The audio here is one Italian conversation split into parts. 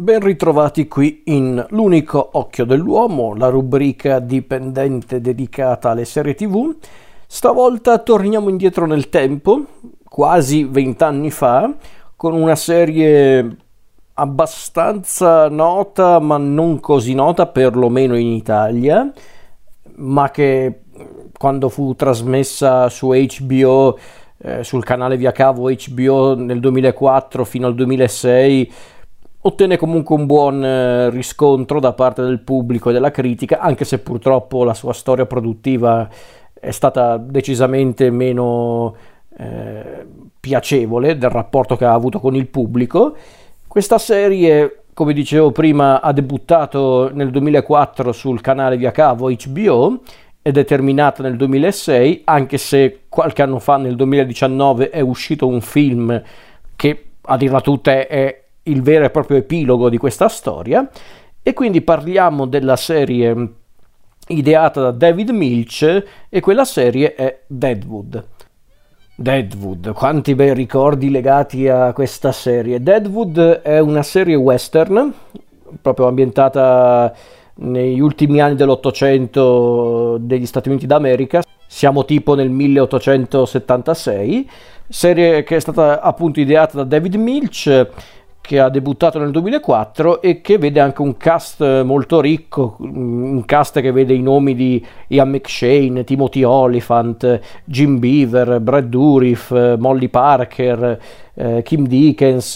Ben ritrovati qui in L'unico occhio dell'uomo, la rubrica dipendente dedicata alle serie TV. Stavolta torniamo indietro nel tempo, quasi 20 anni fa, con una serie abbastanza nota, ma non così nota, perlomeno in Italia, ma che quando fu trasmessa su HBO, sul canale via cavo HBO nel 2004 fino al 2006, ottenne comunque un buon riscontro da parte del pubblico e della critica, anche se purtroppo la sua storia produttiva è stata decisamente meno piacevole del rapporto che ha avuto con il pubblico. Questa serie, come dicevo prima, ha debuttato nel 2004 sul canale via cavo HBO ed è terminata nel 2006, anche se qualche anno fa, nel 2019, è uscito un film che, a dirla tutta, è il vero e proprio epilogo di questa storia. E quindi parliamo della serie ideata da David Milch, e quella serie è Deadwood. Deadwood, quanti bei ricordi legati a questa serie. Deadwood è una serie western, proprio ambientata negli ultimi anni dell'Ottocento degli Stati Uniti d'America. Siamo tipo nel 1876, serie che è stata appunto ideata da David Milch, che ha debuttato nel 2004 e che vede anche un cast molto ricco, un cast che vede i nomi di Ian McShane, Timothy Olyphant, Jim Beaver, Brad Dourif, Molly Parker, Kim Dickens,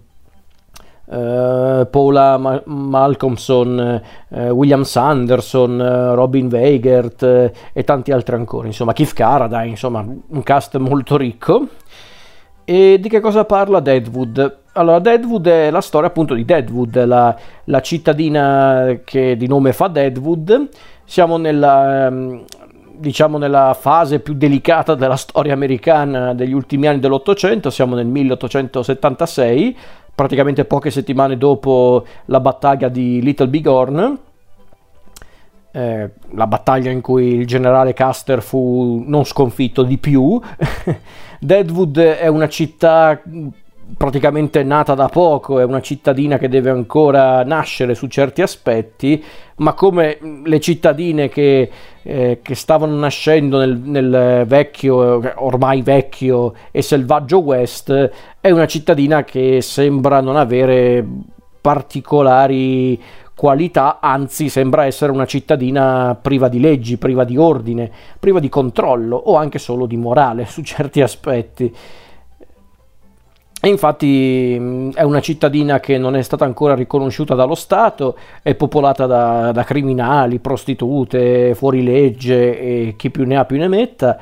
Paula Malcolmson, William Sanderson, Robin Weigert e tanti altri ancora, insomma Keith Carradine, insomma un cast molto ricco. E di che cosa parla Deadwood? Allora, Deadwood è la storia appunto di Deadwood, la cittadina che di nome fa Deadwood. Siamo nella fase più delicata della storia americana degli ultimi anni dell'Ottocento, siamo nel 1876, praticamente poche settimane dopo la battaglia di Little Bighorn, la battaglia in cui il generale Custer fu non sconfitto di più. Deadwood è una città praticamente nata da poco, è una cittadina che deve ancora nascere su certi aspetti, ma come le cittadine che stavano nascendo nel vecchio, ormai vecchio e selvaggio West, è una cittadina che sembra non avere particolari qualità, anzi sembra essere una cittadina priva di leggi, priva di ordine, priva di controllo o anche solo di morale su certi aspetti. E infatti è una cittadina che non è stata ancora riconosciuta dallo Stato, è popolata da criminali, prostitute, fuorilegge e chi più ne ha più ne metta.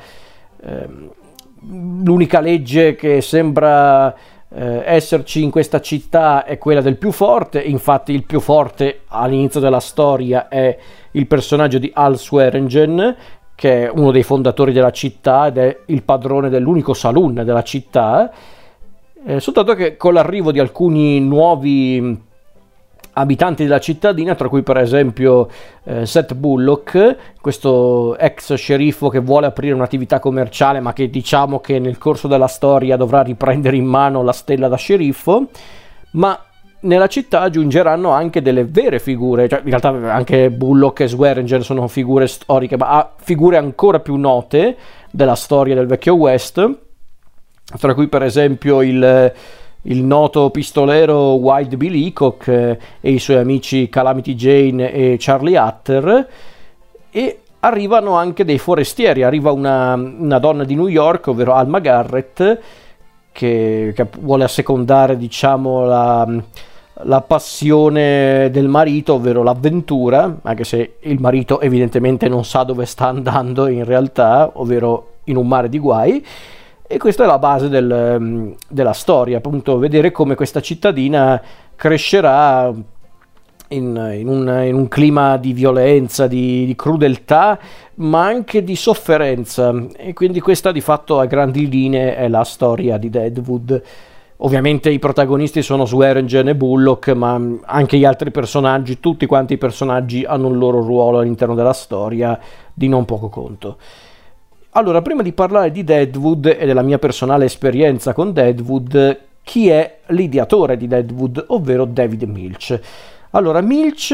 L'unica legge che sembra esserci in questa città è quella del più forte. Infatti il più forte all'inizio della storia è il personaggio di Al Swearengen, che è uno dei fondatori della città ed è il padrone dell'unico saloon della città. Soltanto che con l'arrivo di alcuni nuovi abitanti della cittadina, tra cui per esempio Seth Bullock, questo ex sceriffo che vuole aprire un'attività commerciale ma che diciamo che nel corso della storia dovrà riprendere in mano la stella da sceriffo, ma nella città giungeranno anche delle vere figure, cioè in realtà anche Bullock e Swearengen sono figure storiche, ma figure ancora più note della storia del vecchio West, tra cui per esempio il noto pistolero Wild Bill Hickok e i suoi amici Calamity Jane e Charlie Hutter. E arrivano anche dei forestieri, arriva una donna di New York, ovvero Alma Garrett, che vuole assecondare diciamo la passione del marito, ovvero l'avventura, anche se il marito evidentemente non sa dove sta andando in realtà, ovvero in un mare di guai. E questa è la base della storia, appunto vedere come questa cittadina crescerà in un clima di violenza, di crudeltà, ma anche di sofferenza. E quindi questa di fatto a grandi linee è la storia di Deadwood. Ovviamente i protagonisti sono Swearengen e Bullock, ma anche gli altri personaggi, tutti quanti i personaggi hanno un loro ruolo all'interno della storia di non poco conto. Allora, prima di parlare di Deadwood e della mia personale esperienza con Deadwood, chi è l'ideatore di Deadwood, ovvero David Milch. Allora,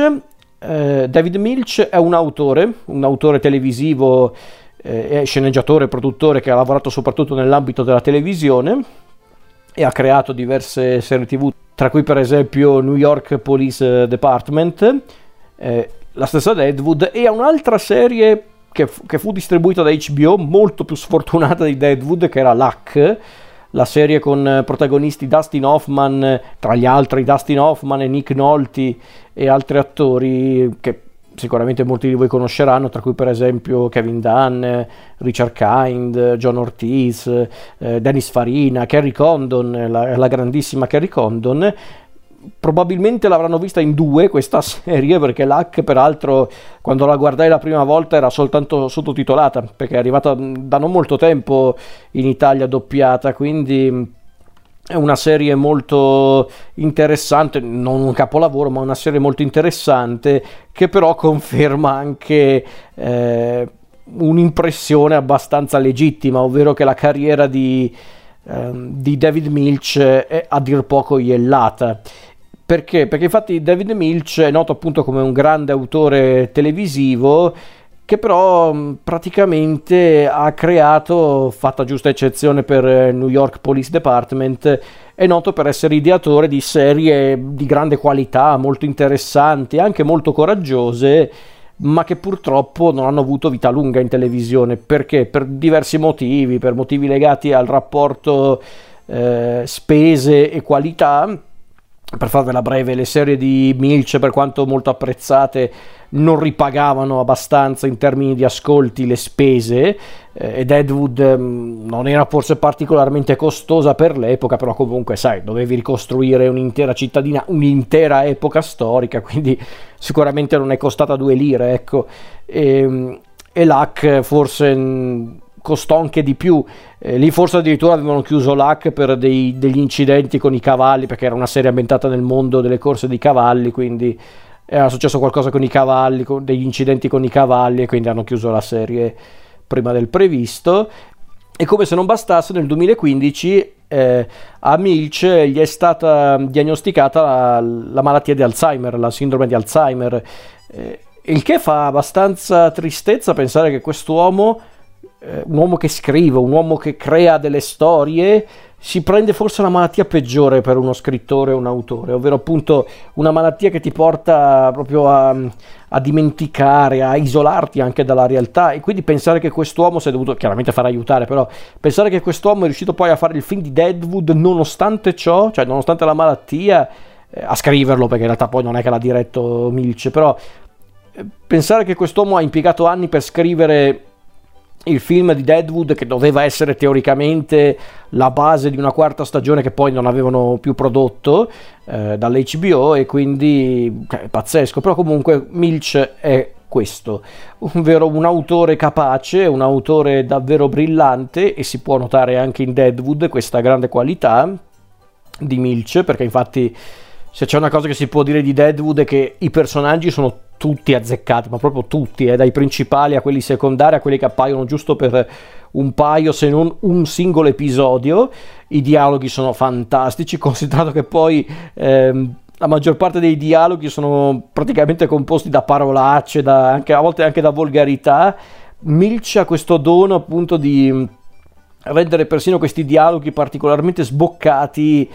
David Milch è un autore televisivo, sceneggiatore, produttore che ha lavorato soprattutto nell'ambito della televisione e ha creato diverse serie TV, tra cui per esempio New York Police Department, la stessa Deadwood, e ha un'altra serie che fu distribuita da HBO, molto più sfortunata di Deadwood, che era Luck, la serie con protagonisti Dustin Hoffman, tra gli altri Dustin Hoffman e Nick Nolte e altri attori che sicuramente molti di voi conosceranno, tra cui per esempio Kevin Dunn, Richard Kind, John Ortiz, Dennis Farina, Kerry Condon, la grandissima Kerry Condon. Probabilmente l'avranno vista in due questa serie, perché Luck, peraltro, quando la guardai la prima volta era soltanto sottotitolata, perché è arrivata da non molto tempo in Italia doppiata, quindi è una serie molto interessante, non un capolavoro, ma una serie molto interessante, che però conferma anche un'impressione abbastanza legittima, ovvero che la carriera di David Milch è a dir poco iellata. Perché? Perché infatti David Milch è noto appunto come un grande autore televisivo, che però praticamente ha creato, fatta giusta eccezione per New York Police Department, è noto per essere ideatore di serie di grande qualità, molto interessanti, anche molto coraggiose, ma che purtroppo non hanno avuto vita lunga in televisione. Perché? Per diversi motivi, per motivi legati al rapporto spese e qualità. Per farvela breve, le serie di Milch, per quanto molto apprezzate, non ripagavano abbastanza in termini di ascolti le spese, e Deadwood non era forse particolarmente costosa per l'epoca, però comunque sai, dovevi ricostruire un'intera cittadina, un'intera epoca storica, quindi sicuramente non è costata 2 lire, ecco. E Luck forse costò anche di più, lì forse addirittura avevano chiuso Luck per degli incidenti con i cavalli, perché era una serie ambientata nel mondo delle corse di cavalli, quindi era successo qualcosa con i cavalli, con degli incidenti con i cavalli, e quindi hanno chiuso la serie prima del previsto. E come se non bastasse, nel 2015 a Milch gli è stata diagnosticata la malattia di Alzheimer, la sindrome di Alzheimer, il che fa abbastanza tristezza pensare che quest'uomo, un uomo che scrive, un uomo che crea delle storie, si prende forse la malattia peggiore per uno scrittore o un autore, ovvero appunto una malattia che ti porta proprio a dimenticare, a isolarti anche dalla realtà. E quindi pensare che quest'uomo si è dovuto chiaramente far aiutare, però pensare che quest'uomo è riuscito poi a fare il film di Deadwood nonostante ciò, cioè nonostante la malattia, a scriverlo, perché in realtà poi non è che l'ha diretto Milch, però pensare che quest'uomo ha impiegato anni per scrivere il film di Deadwood, che doveva essere teoricamente la base di una 4ª stagione che poi non avevano più prodotto dall'HBO, e quindi è pazzesco. Però comunque Milch è questo, un autore capace, un autore davvero brillante, e si può notare anche in Deadwood questa grande qualità di Milch, perché infatti se c'è una cosa che si può dire di Deadwood è che i personaggi sono tutti azzeccati, ma proprio tutti, dai principali a quelli secondari a quelli che appaiono giusto per un paio, se non un singolo episodio. I dialoghi sono fantastici, considerato che poi la maggior parte dei dialoghi sono praticamente composti da parolacce, a volte anche da volgarità. Milch ha questo dono appunto di rendere persino questi dialoghi particolarmente sboccati,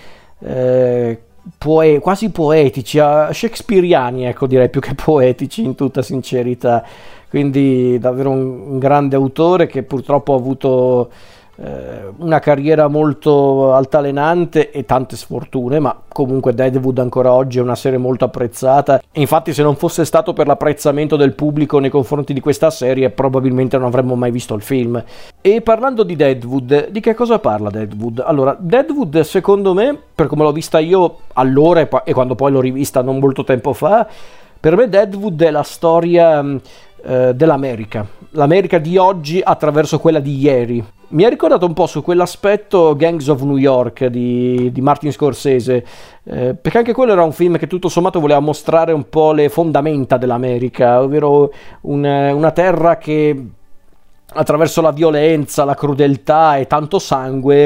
quasi poetici, shakespeariani, ecco, direi, più che poetici, in tutta sincerità. Quindi davvero un grande autore che purtroppo ha avuto una carriera molto altalenante e tante sfortune, ma comunque Deadwood ancora oggi è una serie molto apprezzata, e infatti se non fosse stato per l'apprezzamento del pubblico nei confronti di questa serie probabilmente non avremmo mai visto il film. E parlando di Deadwood, di che cosa parla Deadwood? Allora, Deadwood, secondo me, per come l'ho vista io allora e quando poi l'ho rivista non molto tempo fa, per me Deadwood è la storia dell'America, l'America di oggi attraverso quella di ieri. Mi ha ricordato un po' su quell'aspetto Gangs of New York di Martin Scorsese, perché anche quello era un film che tutto sommato voleva mostrare un po' le fondamenta dell'America, ovvero una terra che attraverso la violenza, la crudeltà e tanto sangue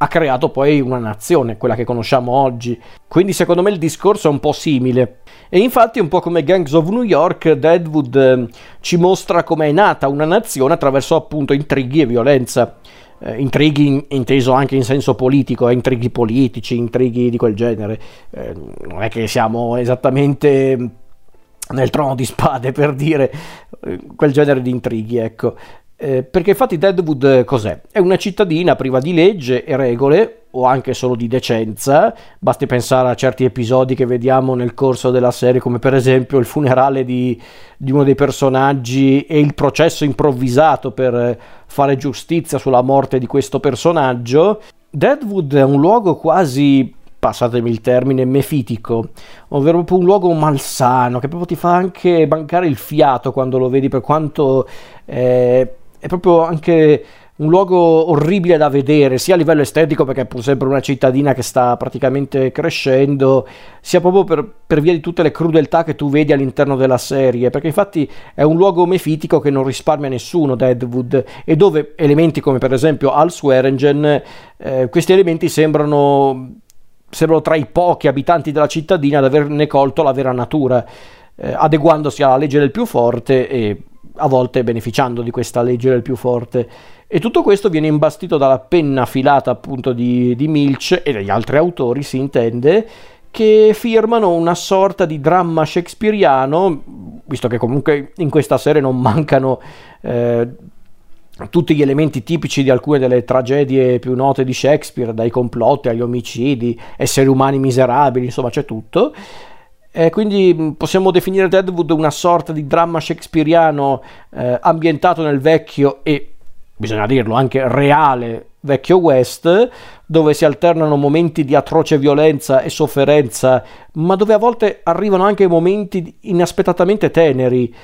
ha creato poi una nazione, quella che conosciamo oggi. Quindi secondo me il discorso è un po' simile. E infatti un po' come Gangs of New York, Deadwood ci mostra come è nata una nazione attraverso appunto intrighi e violenza. Intrighi inteso anche in senso politico, intrighi politici, intrighi di quel genere. Non è che siamo esattamente nel Trono di Spade, per dire, quel genere di intrighi, ecco. Perché infatti Deadwood cos'è? È una cittadina priva di legge e regole, o anche solo di decenza. Basti pensare a certi episodi che vediamo nel corso della serie, come per esempio il funerale di uno dei personaggi e il processo improvvisato per fare giustizia sulla morte di questo personaggio. Deadwood è un luogo quasi, passatemi il termine, mefitico, ovvero proprio un luogo malsano che proprio ti fa anche mancare il fiato quando lo vedi, per quanto è proprio anche un luogo orribile da vedere, sia a livello estetico, perché è pur sempre una cittadina che sta praticamente crescendo, sia proprio per via di tutte le crudeltà che tu vedi all'interno della serie, perché infatti è un luogo mefitico che non risparmia nessuno, Deadwood, e dove elementi come per esempio Al Swearengen, questi elementi sembrano tra i pochi abitanti della cittadina ad averne colto la vera natura, adeguandosi alla legge del più forte e a volte beneficiando di questa legge del più forte. E tutto questo viene imbastito dalla penna filata appunto di Milch e degli altri autori, si intende, che firmano una sorta di dramma shakespeariano, visto che comunque in questa serie non mancano tutti gli elementi tipici di alcune delle tragedie più note di Shakespeare, dai complotti agli omicidi, esseri umani miserabili, insomma c'è tutto. Quindi possiamo definire Deadwood una sorta di dramma shakespeariano ambientato nel vecchio e, bisogna dirlo, anche reale vecchio West, dove si alternano momenti di atroce violenza e sofferenza, ma dove a volte arrivano anche momenti inaspettatamente teneri.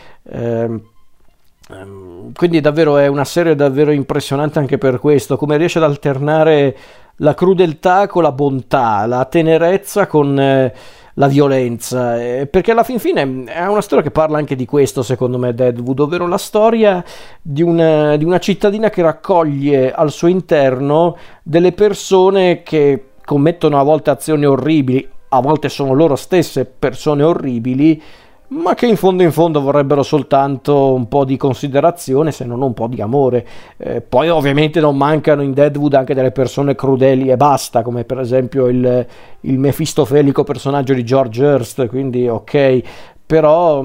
Quindi davvero è una serie davvero impressionante anche per questo, come riesce ad alternare la crudeltà con la bontà, la tenerezza con la violenza, perché alla fin fine è una storia che parla anche di questo, secondo me, Deadwood, ovvero la storia di una cittadina che raccoglie al suo interno delle persone che commettono a volte azioni orribili, a volte sono loro stesse persone orribili, ma che in fondo vorrebbero soltanto un po' di considerazione, se non un po' di amore. Poi ovviamente non mancano in Deadwood anche delle persone crudeli e basta, come per esempio il mefistofelico personaggio di George Hurst, quindi ok, però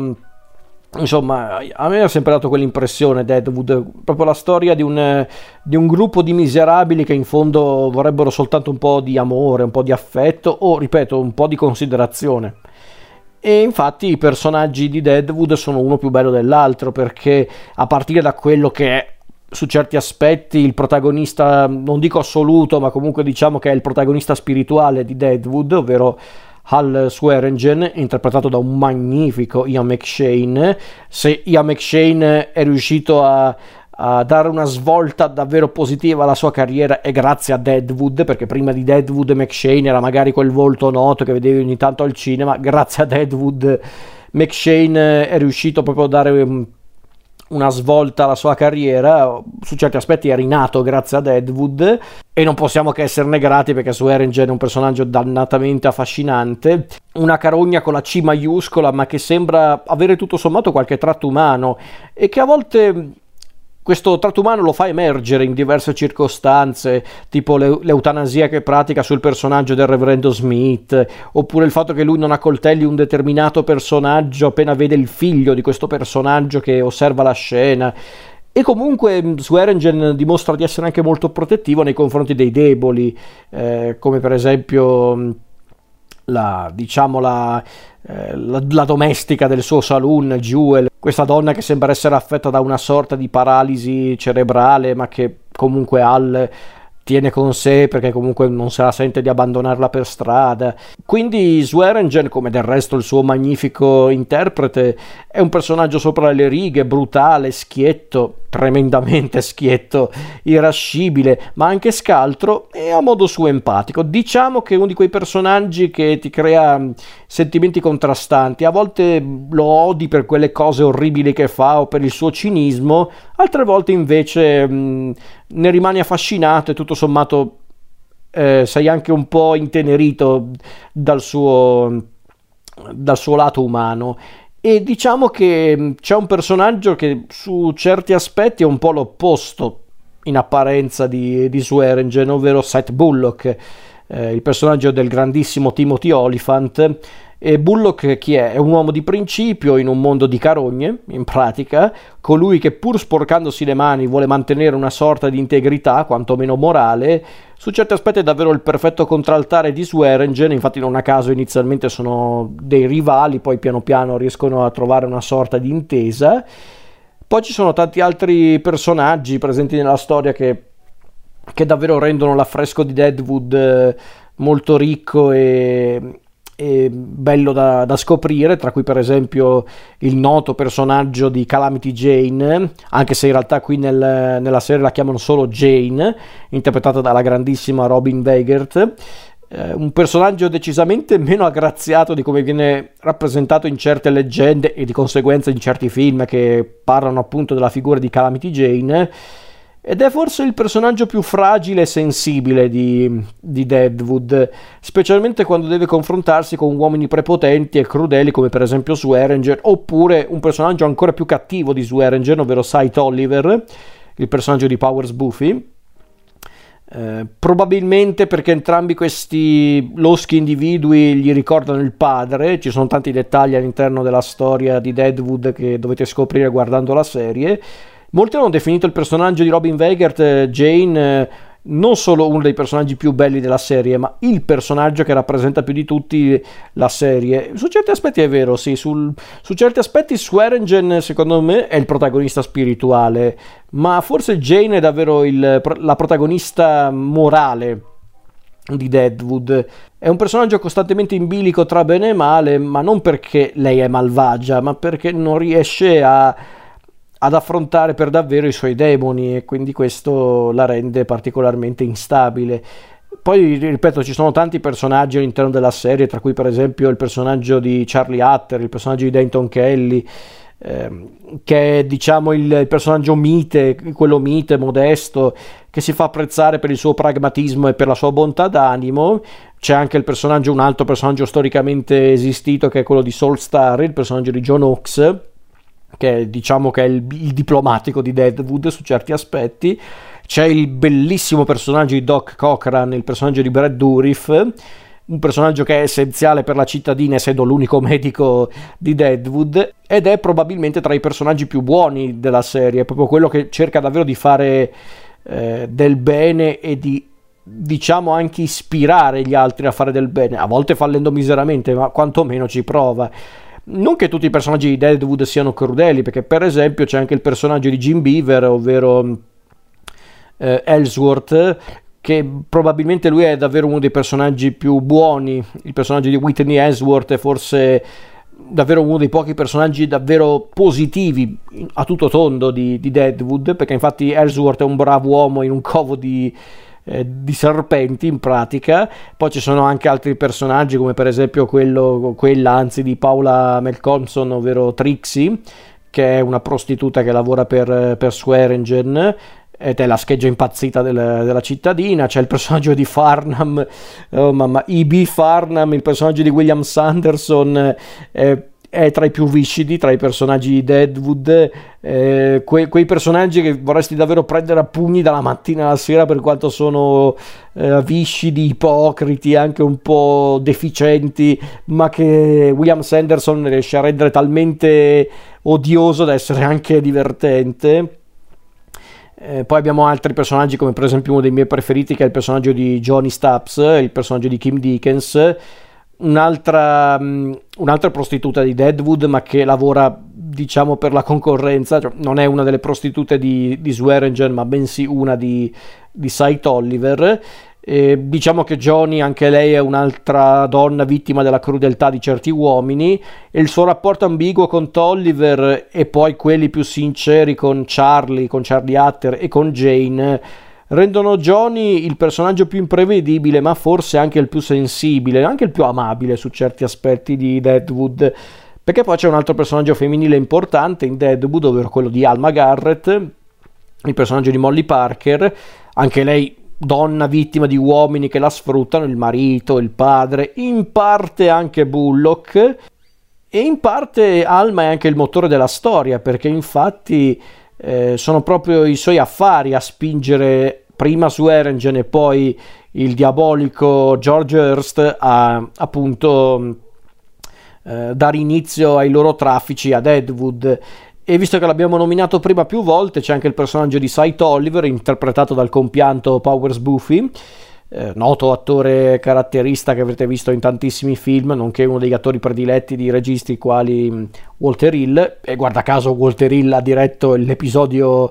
insomma a me ha sempre dato quell'impressione Deadwood, proprio la storia di un gruppo di miserabili che in fondo vorrebbero soltanto un po' di amore, un po' di affetto o, ripeto, un po' di considerazione. E infatti i personaggi di Deadwood sono uno più bello dell'altro, perché a partire da quello che è su certi aspetti il protagonista, non dico assoluto, ma comunque diciamo che è il protagonista spirituale di Deadwood, ovvero Al Swearengen, interpretato da un magnifico Ian McShane. Se Ian McShane è riuscito a dare una svolta davvero positiva alla sua carriera è grazie a Deadwood, perché prima di Deadwood McShane era magari quel volto noto che vedevi ogni tanto al cinema. Grazie a Deadwood McShane è riuscito proprio a dare una svolta alla sua carriera, su certi aspetti è rinato grazie a Deadwood, e non possiamo che esserne grati, perché Swearengen è un personaggio dannatamente affascinante, una carogna con la C maiuscola, ma che sembra avere tutto sommato qualche tratto umano, e che a volte questo tratto umano lo fa emergere in diverse circostanze, tipo l'eutanasia che pratica sul personaggio del reverendo Smith, oppure il fatto che lui non accoltelli un determinato personaggio appena vede il figlio di questo personaggio che osserva la scena. E comunque Swearengen dimostra di essere anche molto protettivo nei confronti dei deboli, come per esempio la domestica del suo saloon, Jewel, questa donna che sembra essere affetta da una sorta di paralisi cerebrale, ma che comunque Al tiene con sé perché comunque non se la sente di abbandonarla per strada. Quindi Swearengen, come del resto il suo magnifico interprete, è un personaggio sopra le righe, brutale, schietto, tremendamente schietto, irascibile, ma anche scaltro e a modo suo empatico. Diciamo che è uno di quei personaggi che ti crea sentimenti contrastanti. A volte lo odi per quelle cose orribili che fa o per il suo cinismo, altre volte invece ne rimani affascinato e tutto sommato sei anche un po' intenerito dal suo lato umano. E diciamo che c'è un personaggio che su certi aspetti è un po' l'opposto in apparenza di Swearengen, ovvero Seth Bullock, il personaggio del grandissimo Timothy Olyphant. E Bullock chi è? È un uomo di principio in un mondo di carogne, in pratica, colui che pur sporcandosi le mani vuole mantenere una sorta di integrità, quantomeno morale. Su certi aspetti è davvero il perfetto contraltare di Swearengen, infatti non a caso inizialmente sono dei rivali, poi piano piano riescono a trovare una sorta di intesa. Poi ci sono tanti altri personaggi presenti nella storia che davvero rendono l'affresco di Deadwood molto ricco e bello da scoprire, tra cui per esempio il noto personaggio di Calamity Jane, anche se in realtà qui nella serie la chiamano solo Jane, interpretata dalla grandissima Robin Weigert. Un personaggio decisamente meno aggraziato di come viene rappresentato in certe leggende e di conseguenza in certi film che parlano appunto della figura di Calamity Jane, ed è forse il personaggio più fragile e sensibile di Deadwood, specialmente quando deve confrontarsi con uomini prepotenti e crudeli come per esempio Swearengen, oppure un personaggio ancora più cattivo di Swearengen, ovvero Sight Oliver, il personaggio di Powers Boothe. Probabilmente perché entrambi questi loschi individui gli ricordano il padre. Ci sono tanti dettagli all'interno della storia di Deadwood che dovete scoprire guardando la serie. Molti hanno definito il personaggio di Robin Weigert, Jane, non solo uno dei personaggi più belli della serie, ma il personaggio che rappresenta più di tutti la serie. Su certi aspetti è vero, sì, su certi aspetti Swearengen secondo me è il protagonista spirituale, ma forse Jane è davvero la protagonista morale di Deadwood. È un personaggio costantemente in bilico tra bene e male, ma non perché lei è malvagia, ma perché non riesce ad affrontare per davvero i suoi demoni, e quindi questo la rende particolarmente instabile. Poi, ripeto, ci sono tanti personaggi all'interno della serie, tra cui per esempio il personaggio di Charlie Hutter, il personaggio di Dayton Kelly, che è diciamo il personaggio mite, quello mite, modesto, che si fa apprezzare per il suo pragmatismo e per la sua bontà d'animo. C'è anche un altro personaggio storicamente esistito, che è quello di Saul Starry, il personaggio di John Hawkes, che diciamo che è il diplomatico di Deadwood su certi aspetti. C'è il bellissimo personaggio di Doc Cochran, il personaggio di Brad Dourif, un personaggio che è essenziale per la cittadina, essendo l'unico medico di Deadwood, ed è probabilmente tra i personaggi più buoni della serie, è proprio quello che cerca davvero di fare del bene e di, diciamo, anche ispirare gli altri a fare del bene, a volte fallendo miseramente, ma quantomeno ci prova. Non che tutti i personaggi di Deadwood siano crudeli, perché per esempio c'è anche il personaggio di Jim Beaver, ovvero Ellsworth, che probabilmente lui è davvero uno dei personaggi più buoni. Il personaggio di Whitney Ellsworth è forse davvero uno dei pochi personaggi davvero positivi a tutto tondo di Deadwood, perché infatti Ellsworth è un bravo uomo in un covo di serpenti in pratica. Poi ci sono anche altri personaggi come per esempio quella di Paula Malcolmson, ovvero Trixie, che è una prostituta che lavora per Swearengen ed è la scheggia impazzita della cittadina. C'è il personaggio di Farnham, oh mamma, E.B. Farnham, il personaggio di William Sanderson, è tra i più viscidi tra i personaggi di Deadwood, quei personaggi che vorresti davvero prendere a pugni dalla mattina alla sera, per quanto sono viscidi, ipocriti, anche un po' deficienti, ma che William Sanderson riesce a rendere talmente odioso da essere anche divertente. Poi abbiamo altri personaggi come per esempio uno dei miei preferiti, che è il personaggio di Johnny Stubbs, il personaggio di Kim Dickens, un'altra prostituta di Deadwood, ma che lavora diciamo per la concorrenza, cioè non è una delle prostitute di Swearengen, ma bensì una di Sight Oliver. Diciamo che Johnny, anche lei, è un'altra donna vittima della crudeltà di certi uomini, e il suo rapporto ambiguo con Tolliver e poi quelli più sinceri con Charlie Hutter e con Jane rendono Johnny il personaggio più imprevedibile, ma forse anche il più sensibile, anche il più amabile su certi aspetti di Deadwood. Perché poi c'è un altro personaggio femminile importante in Deadwood, ovvero quello di Alma Garrett, il personaggio di Molly Parker, anche lei donna vittima di uomini che la sfruttano, il marito, il padre, in parte anche Bullock, e in parte Alma è anche il motore della storia, perché infatti sono proprio i suoi affari a spingere prima Swearengen e poi il diabolico George Hurst a appunto dare inizio ai loro traffici a Deadwood. E visto che l'abbiamo nominato prima più volte, c'è anche il personaggio di Cy Tolliver, interpretato dal compianto Powers Boothe, noto attore caratterista che avrete visto in tantissimi film, nonché uno degli attori prediletti di registi quali Walter Hill. E guarda caso Walter Hill ha diretto l'episodio,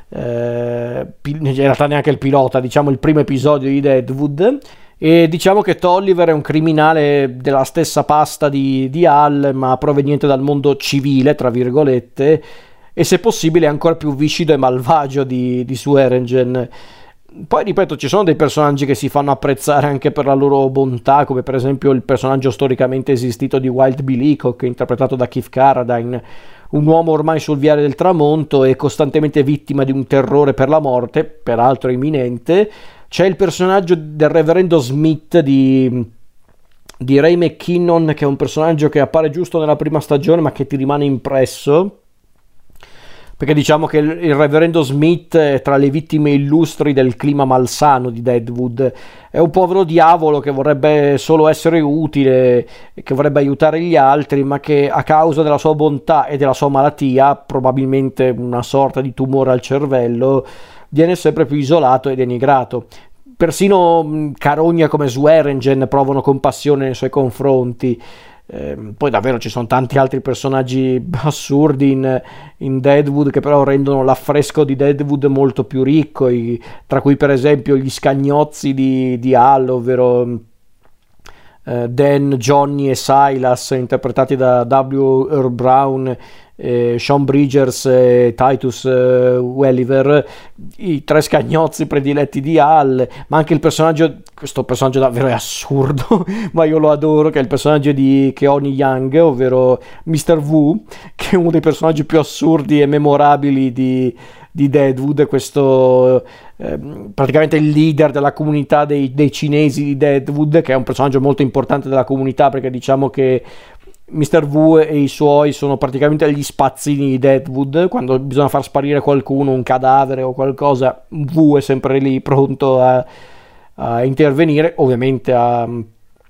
in realtà neanche il pilota, diciamo il primo episodio di Deadwood. E diciamo che Tolliver è un criminale della stessa pasta di Hall, ma proveniente dal mondo civile, tra virgolette, e se possibile ancora più viscido e malvagio di Swearengen. Poi ripeto, ci sono dei personaggi che si fanno apprezzare anche per la loro bontà, come per esempio il personaggio storicamente esistito di Wild Bill Hickok, interpretato da Keith Carradine, un uomo ormai sul viale del tramonto e costantemente vittima di un terrore per la morte, peraltro imminente. C'è il personaggio del reverendo Smith di Ray McKinnon, che è un personaggio che appare giusto nella prima stagione ma che ti rimane impresso, perché diciamo che il reverendo Smith è tra le vittime illustri del clima malsano di Deadwood. È un povero diavolo che vorrebbe solo essere utile e che vorrebbe aiutare gli altri, ma che a causa della sua bontà e della sua malattia, probabilmente una sorta di tumore al cervello, viene sempre più isolato ed denigrato. Persino carogne come Swearengen provano compassione nei suoi confronti. Poi davvero ci sono tanti altri personaggi assurdi in Deadwood, che però rendono l'affresco di Deadwood molto più ricco, tra cui per esempio gli scagnozzi di Hall, ovvero Dan, Johnny e Silas, interpretati da W. Earl Brown, Sean Bridgers e Titus Welliver, i tre scagnozzi prediletti di Hall, ma anche questo personaggio davvero è assurdo ma io lo adoro, che è il personaggio di Keone Young, ovvero Mr. Wu, che è uno dei personaggi più assurdi e memorabili di Deadwood. Questo praticamente il leader della comunità dei cinesi di Deadwood, che è un personaggio molto importante della comunità, perché diciamo che Mr. Wu e i suoi sono praticamente gli spazzini di Deadwood. Quando bisogna far sparire qualcuno, un cadavere o qualcosa, Wu è sempre lì pronto a intervenire, ovviamente al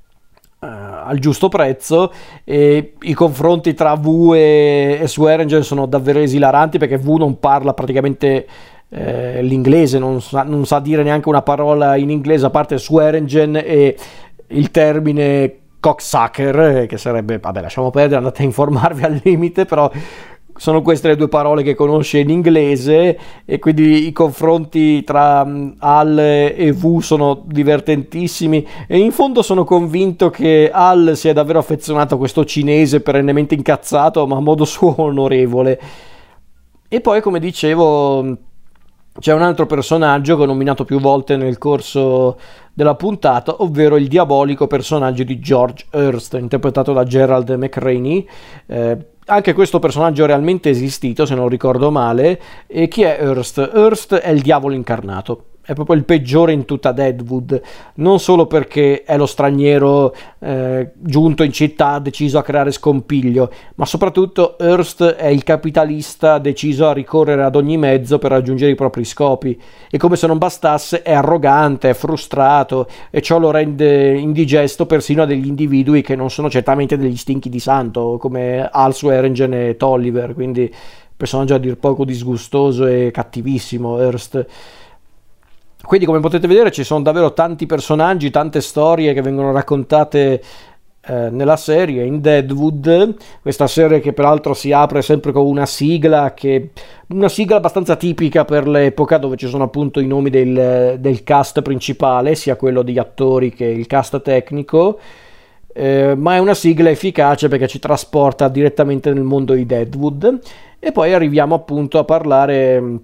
giusto prezzo. E i confronti tra Wu e Swearengen sono davvero esilaranti, perché Wu non parla praticamente l'inglese, non sa dire neanche una parola in inglese, a parte Swearengen e il termine cocksucker, che sarebbe, vabbè, lasciamo perdere, andate a informarvi al limite, però sono queste le due parole che conosce in inglese. E quindi i confronti tra Hall e Wu sono divertentissimi, e in fondo sono convinto che Hall sia davvero affezionato a questo cinese perennemente incazzato, ma a modo suo onorevole. E poi, come dicevo, c'è un altro personaggio che ho nominato più volte nel corso della puntata, ovvero il diabolico personaggio di George Hurst, interpretato da Gerald McRaney. Anche questo personaggio è realmente esistito, se non ricordo male. E chi è Hurst? Hurst è il diavolo incarnato. È proprio il peggiore in tutta Deadwood, non solo perché è lo straniero giunto in città deciso a creare scompiglio, ma soprattutto Hurst è il capitalista deciso a ricorrere ad ogni mezzo per raggiungere i propri scopi, e come se non bastasse è arrogante, è frustrato, e ciò lo rende indigesto persino a degli individui che non sono certamente degli stinchi di santo, come Hal Swearengen e Tolliver. Quindi personaggio a dir poco disgustoso e cattivissimo Hurst. Quindi, come potete vedere, ci sono davvero tanti personaggi, tante storie che vengono raccontate nella serie, in Deadwood. Questa serie che peraltro si apre sempre con una sigla abbastanza tipica per l'epoca, dove ci sono appunto i nomi del cast principale, sia quello degli attori che il cast tecnico, ma è una sigla efficace perché ci trasporta direttamente nel mondo di Deadwood. E poi arriviamo appunto a parlare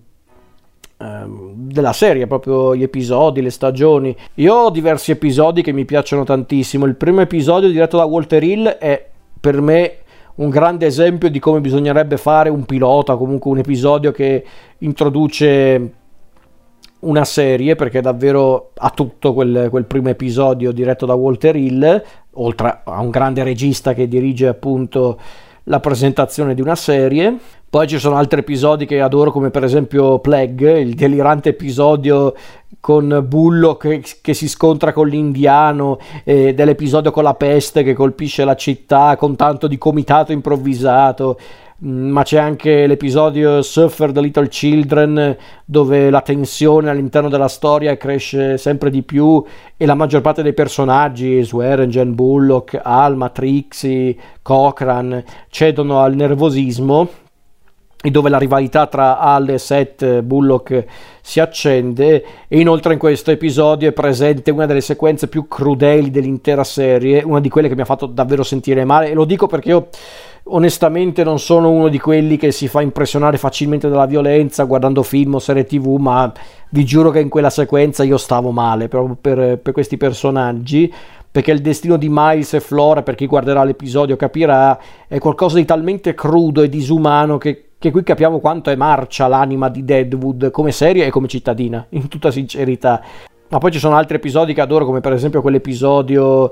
della serie, proprio gli episodi, le stagioni. Io ho diversi episodi che mi piacciono tantissimo. Il primo episodio, diretto da Walter Hill, è per me un grande esempio di come bisognerebbe fare un pilota, comunque un episodio che introduce una serie, perché davvero ha tutto quel primo episodio diretto da Walter Hill, oltre a un grande regista che dirige appunto la presentazione di una serie. Poi ci sono altri episodi che adoro, come per esempio Plague, il delirante episodio con Bullock che si scontra con l'indiano, dell'episodio con la peste che colpisce la città con tanto di comitato improvvisato. Ma c'è anche l'episodio Suffer the Little Children, dove la tensione all'interno della storia cresce sempre di più e la maggior parte dei personaggi, Swearingen, Bullock, Alma, Trixie, Cochran, cedono al nervosismo, e dove la rivalità tra Hal e Seth Bullock si accende. E inoltre in questo episodio è presente una delle sequenze più crudeli dell'intera serie, una di quelle che mi ha fatto davvero sentire male, e lo dico perché io onestamente non sono uno di quelli che si fa impressionare facilmente dalla violenza guardando film o serie TV, ma vi giuro che in quella sequenza io stavo male proprio per questi personaggi, perché il destino di Miles e Flora, per chi guarderà l'episodio capirà, è qualcosa di talmente crudo e disumano che qui capiamo quanto è marcia l'anima di Deadwood come serie e come cittadina, in tutta sincerità. Ma poi ci sono altri episodi che adoro, come per esempio quell'episodio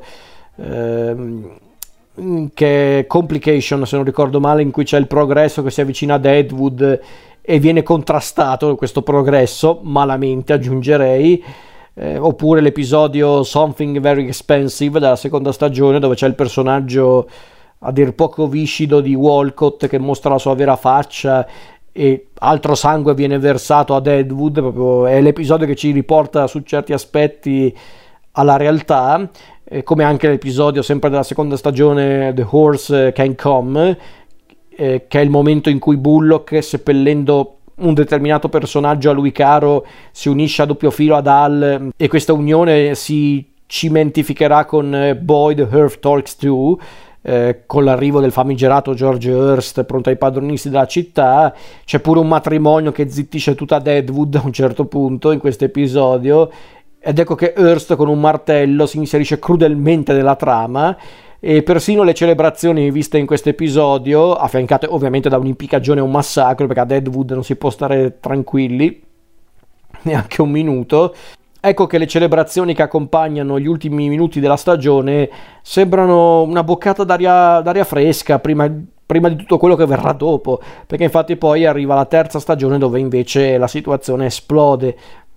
che è Complication, se non ricordo male, in cui c'è il progresso che si avvicina a Deadwood e viene contrastato questo progresso, malamente aggiungerei. Oppure l'episodio Something Very Expensive della seconda stagione, dove c'è il personaggio a dir poco viscido di Walcott che mostra la sua vera faccia e altro sangue viene versato a Deadwood. Proprio è l'episodio che ci riporta su certi aspetti alla realtà, come anche l'episodio sempre della seconda stagione The Horse Can Come, che è il momento in cui Bullock, seppellendo un determinato personaggio a lui caro, si unisce a doppio filo ad Hal, e questa unione si cimentificherà con Boyd Hearth Talks To, con l'arrivo del famigerato George Hearst pronto ai padronisti della città. C'è pure un matrimonio che zittisce tutta Deadwood a un certo punto in questo episodio, ed ecco che Hearst con un martello si inserisce crudelmente nella trama. E persino le celebrazioni viste in questo episodio, affiancate ovviamente da un'impiccagione e un massacro, perché a Deadwood non si può stare tranquilli neanche un minuto. Ecco che le celebrazioni che accompagnano gli ultimi minuti della stagione sembrano una boccata d'aria fresca prima di tutto quello che verrà dopo, perché infatti poi arriva la terza stagione dove invece la situazione esplode.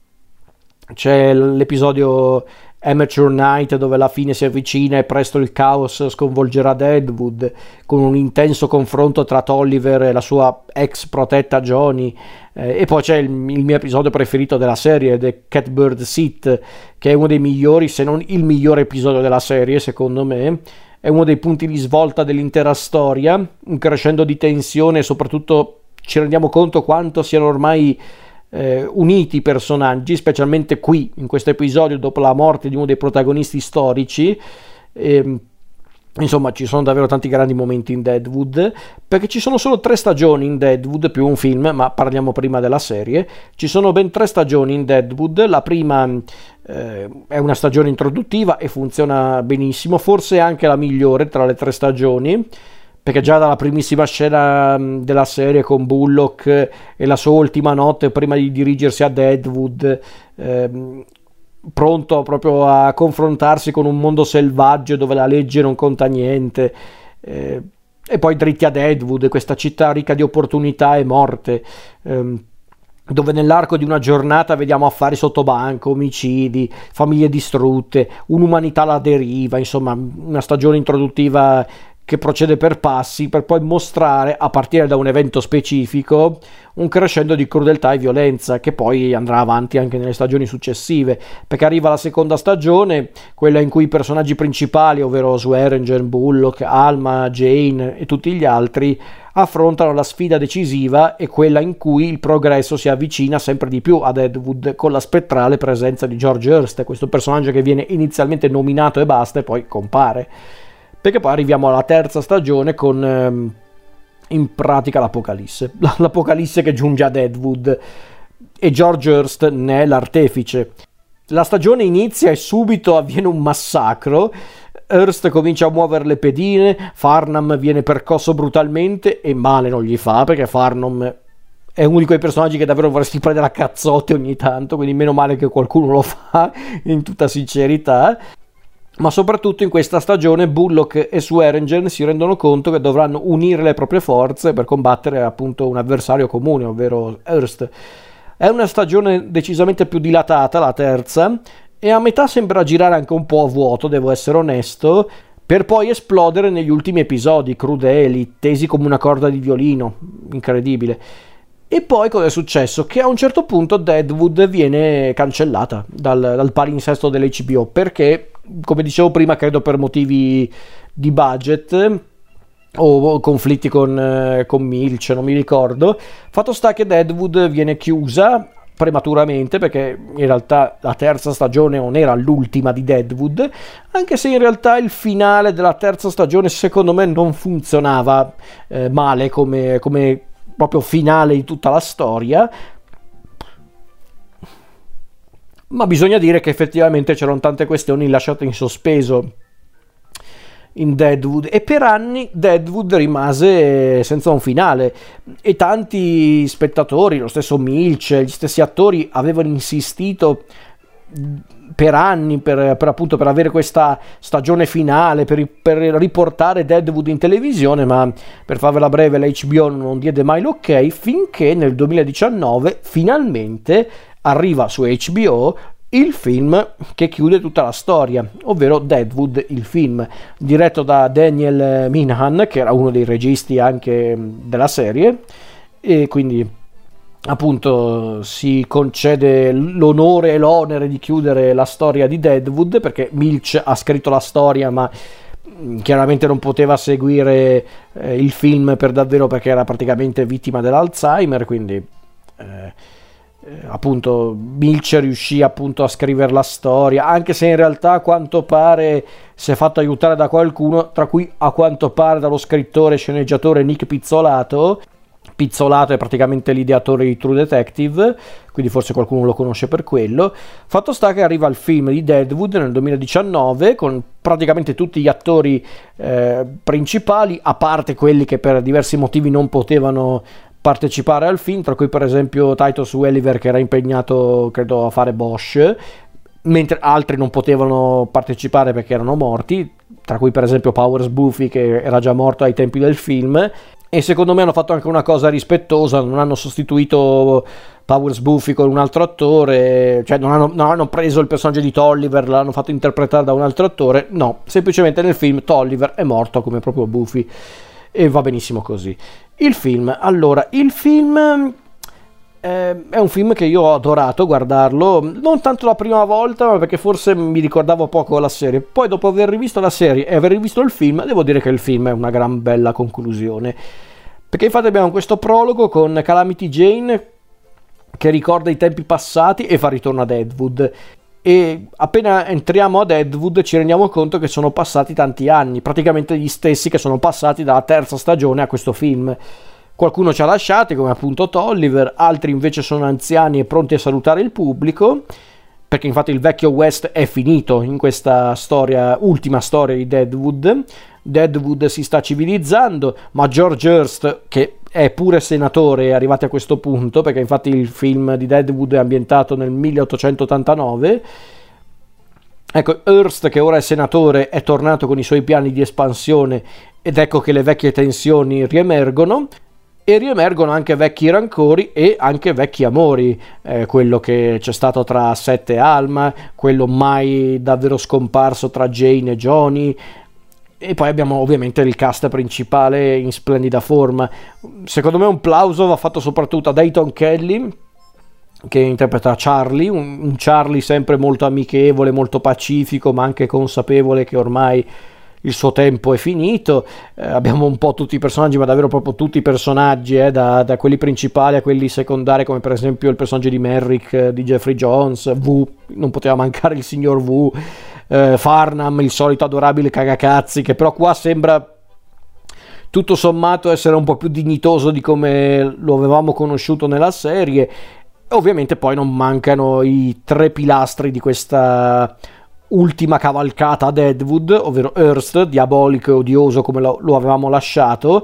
C'è l'episodio Amateur Night, dove la fine si avvicina e presto il caos sconvolgerà Deadwood, con un intenso confronto tra Tolliver e la sua ex protetta Johnny. E poi c'è il mio episodio preferito della serie, The Catbird Seat, che è uno dei migliori, se non il migliore episodio della serie secondo me. È uno dei punti di svolta dell'intera storia, un crescendo di tensione, e soprattutto ci rendiamo conto quanto siano ormai uniti i personaggi, specialmente qui in questo episodio dopo la morte di uno dei protagonisti storici. Insomma, ci sono davvero tanti grandi momenti in Deadwood, perché ci sono solo 3 stagioni in Deadwood più un film, ma parliamo prima della serie. Ci sono ben 3 stagioni in Deadwood. La prima è una stagione introduttiva e funziona benissimo, forse è anche la migliore tra le 3 stagioni, perché già dalla primissima scena della serie con Bullock e la sua ultima notte prima di dirigersi a Deadwood, pronto proprio a confrontarsi con un mondo selvaggio dove la legge non conta niente, e poi dritti a Deadwood, questa città ricca di opportunità e morte, dove nell'arco di una giornata vediamo affari sotto banco, omicidi, famiglie distrutte, un'umanità alla deriva. Insomma, una stagione introduttiva che procede per passi, per poi mostrare, a partire da un evento specifico, un crescendo di crudeltà e violenza, che poi andrà avanti anche nelle stagioni successive, perché arriva la seconda stagione, quella in cui i personaggi principali, ovvero Swearingen, Bullock, Alma, Jane e tutti gli altri, affrontano la sfida decisiva, e quella in cui il progresso si avvicina sempre di più a Deadwood, con la spettrale presenza di George Hearst, questo personaggio che viene inizialmente nominato e basta, e poi compare. Perché poi arriviamo alla terza stagione con in pratica l'apocalisse che giunge a Deadwood, e George Hearst ne è l'artefice. La stagione inizia e subito avviene un massacro. Hearst comincia a muovere le pedine, Farnham viene percosso brutalmente, e male non gli fa, perché Farnham è uno di quei personaggi che davvero vorresti prendere a cazzotti ogni tanto, quindi meno male che qualcuno lo fa, in tutta sincerità. Ma soprattutto in questa stagione Bullock e Swearingen si rendono conto che dovranno unire le proprie forze per combattere appunto un avversario comune, ovvero Hearst. È una stagione decisamente più dilatata, la terza, e a metà sembra girare anche un po' a vuoto, devo essere onesto, per poi esplodere negli ultimi episodi, crudeli, tesi come una corda di violino, incredibile. E poi cosa è successo? Che a un certo punto Deadwood viene cancellata dal palinsesto dell'HBO, perché, come dicevo prima, credo per motivi di budget o conflitti con Milch, non mi ricordo. Fatto sta che Deadwood viene chiusa prematuramente, perché in realtà la terza stagione non era l'ultima di Deadwood, anche se in realtà il finale della terza stagione secondo me non funzionava male come proprio finale di tutta la storia, ma bisogna dire che effettivamente c'erano tante questioni lasciate in sospeso in Deadwood, e per anni Deadwood rimase senza un finale, e tanti spettatori, lo stesso Milch, gli stessi attori avevano insistito per anni appunto per avere questa stagione finale, per riportare Deadwood in televisione, ma per farvela breve l'HBO non diede mai l'ok, finché nel 2019 finalmente arriva su HBO il film che chiude tutta la storia, ovvero Deadwood, il film, diretto da Daniel Minahan, che era uno dei registi anche della serie, e quindi appunto si concede l'onore e l'onere di chiudere la storia di Deadwood, perché Milch ha scritto la storia, ma chiaramente non poteva seguire il film per davvero, perché era praticamente vittima dell'Alzheimer, quindi appunto Milch riuscì appunto a scrivere la storia, anche se in realtà a quanto pare si è fatto aiutare da qualcuno, tra cui a quanto pare dallo scrittore e sceneggiatore Nick Pizzolato. Pizzolato è praticamente l'ideatore di True Detective, quindi forse qualcuno lo conosce per quello. Fatto sta che arriva il film di Deadwood nel 2019 con praticamente tutti gli attori principali, a parte quelli che per diversi motivi non potevano partecipare al film, tra cui per esempio Titus Welliver, che era impegnato credo a fare Bosch, mentre altri non potevano partecipare perché erano morti, tra cui per esempio Powers Boothe, che era già morto ai tempi del film. E secondo me hanno fatto anche una cosa rispettosa, non hanno sostituito Powers Boothe con un altro attore, cioè non hanno preso il personaggio di Tolliver, l'hanno fatto interpretare da un altro attore, no, semplicemente nel film Tolliver è morto come proprio Boothe, e va benissimo così. Il film è un film che io ho adorato guardarlo, non tanto la prima volta, ma perché forse mi ricordavo poco la serie. Poi dopo aver rivisto la serie e aver rivisto il film, devo dire che il film è una gran bella conclusione, perché infatti abbiamo questo prologo con Calamity Jane che ricorda i tempi passati e fa ritorno a Deadwood, e appena entriamo a Deadwood ci rendiamo conto che sono passati tanti anni, praticamente gli stessi che sono passati dalla terza stagione a questo film. Qualcuno ci ha lasciati, come appunto Tolliver, altri invece sono anziani e pronti a salutare il pubblico, perché infatti il vecchio West è finito in questa storia, ultima storia di Deadwood. Deadwood si sta civilizzando, ma George Hearst, che è pure senatore, è arrivato a questo punto, perché infatti il film di Deadwood è ambientato nel 1889. Ecco, Hearst, che ora è senatore, è tornato con i suoi piani di espansione, ed ecco che le vecchie tensioni riemergono. E riemergono anche vecchi rancori e anche vecchi amori, quello che c'è stato tra Seth e Alma, quello mai davvero scomparso tra Jane e Johnny, e poi abbiamo ovviamente il cast principale in splendida forma. Secondo me un plauso va fatto soprattutto a Dayton Kelly, che interpreta Charlie, un Charlie sempre molto amichevole, molto pacifico, ma anche consapevole che ormai il suo tempo è finito. Abbiamo un po' tutti i personaggi, ma davvero proprio tutti i personaggi, da quelli principali a quelli secondari, come per esempio il personaggio di Merrick di Jeffrey Jones, V, non poteva mancare il signor V, Farnham, il solito adorabile cagacazzi, che però qua sembra tutto sommato essere un po' più dignitoso di come lo avevamo conosciuto nella serie. Ovviamente poi non mancano i tre pilastri di questa ultima cavalcata a Deadwood, ovvero Hearst, diabolico e odioso come lo avevamo lasciato,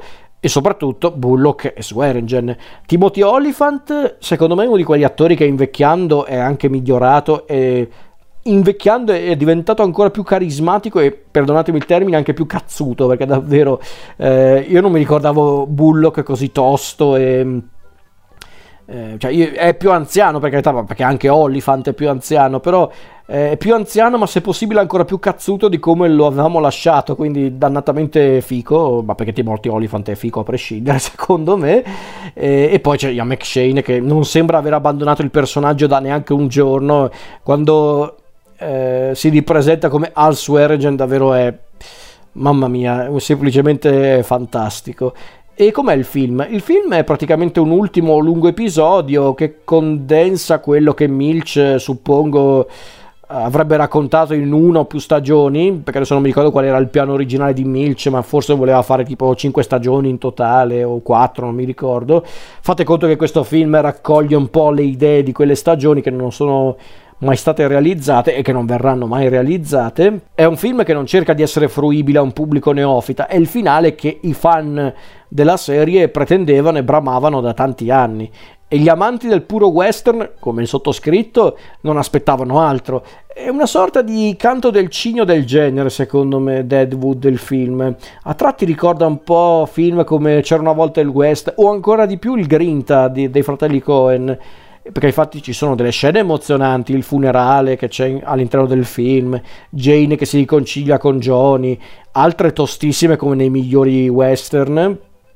e soprattutto Bullock e Swearingen. Timothy Olyphant, secondo me, è uno di quegli attori che invecchiando è anche migliorato, e invecchiando è diventato ancora più carismatico e, perdonatemi il termine, anche più cazzuto, perché davvero io non mi ricordavo Bullock così tosto e cioè, è più anziano, per carità, perché anche Olyphant è più anziano, però è più anziano, ma se possibile ancora più cazzuto di come lo avevamo lasciato, quindi dannatamente fico, ma perché Timothy Olyphant è fico a prescindere, secondo me. E poi c'è Ian McShane, che non sembra aver abbandonato il personaggio da neanche un giorno. Quando si ripresenta come Al Swearingen, davvero è, mamma mia, è semplicemente fantastico. E com'è il film? Il film è praticamente un ultimo lungo episodio che condensa quello che Milch, suppongo, avrebbe raccontato in una o più stagioni, perché adesso non mi ricordo qual era il piano originale di Milch, ma forse voleva fare tipo 5 stagioni in totale o 4, non mi ricordo. Fate conto che questo film raccoglie un po' le idee di quelle stagioni che non sono mai state realizzate e che non verranno mai realizzate. È un film che non cerca di essere fruibile a un pubblico neofita, è il finale che i fan della serie pretendevano e bramavano da tanti anni, e gli amanti del puro western, come il sottoscritto, non aspettavano altro. È una sorta di canto del cigno del genere, secondo me, Deadwood, il film. A tratti ricorda un po' film come C'era una volta il West, o ancora di più il Grinta dei fratelli Coen, perché infatti ci sono delle scene emozionanti, il funerale che c'è all'interno del film, Jane che si riconcilia con Johnny, altre tostissime come nei migliori western,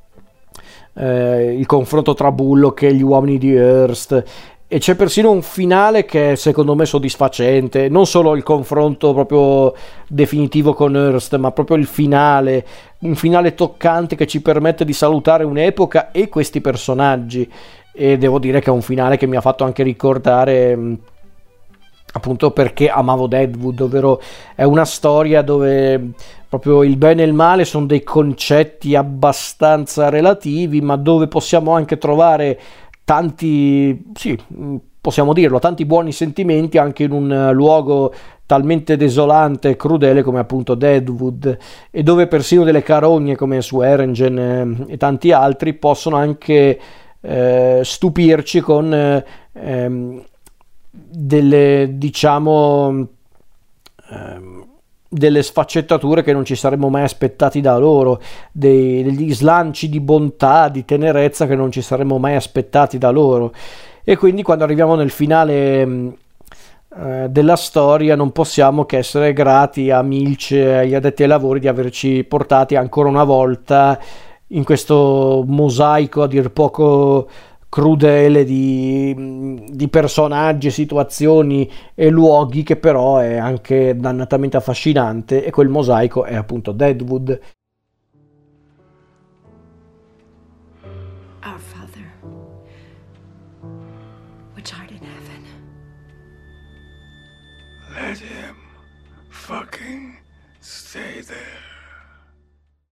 il confronto tra Bullock e gli uomini di Hearst, e c'è persino un finale che è secondo me soddisfacente, non solo il confronto proprio definitivo con Hearst, ma proprio il finale, un finale toccante che ci permette di salutare un'epoca e questi personaggi. E devo dire che è un finale che mi ha fatto anche ricordare appunto perché amavo Deadwood, ovvero è una storia dove proprio il bene e il male sono dei concetti abbastanza relativi, ma dove possiamo anche trovare tanti, sì, possiamo dirlo, tanti buoni sentimenti anche in un luogo talmente desolante e crudele come appunto Deadwood, e dove persino delle carogne come Swearingen e tanti altri possono anche stupirci con delle, diciamo, delle sfaccettature che non ci saremmo mai aspettati da loro, degli slanci di bontà, di tenerezza che non ci saremmo mai aspettati da loro. E quindi quando arriviamo nel finale della storia non possiamo che essere grati a Milch e agli addetti ai lavori di averci portati ancora una volta in questo mosaico a dir poco crudele di personaggi, situazioni e luoghi, che però è anche dannatamente affascinante, e quel mosaico è appunto Deadwood. Our Father, which art in heaven. Let him fucking stay there.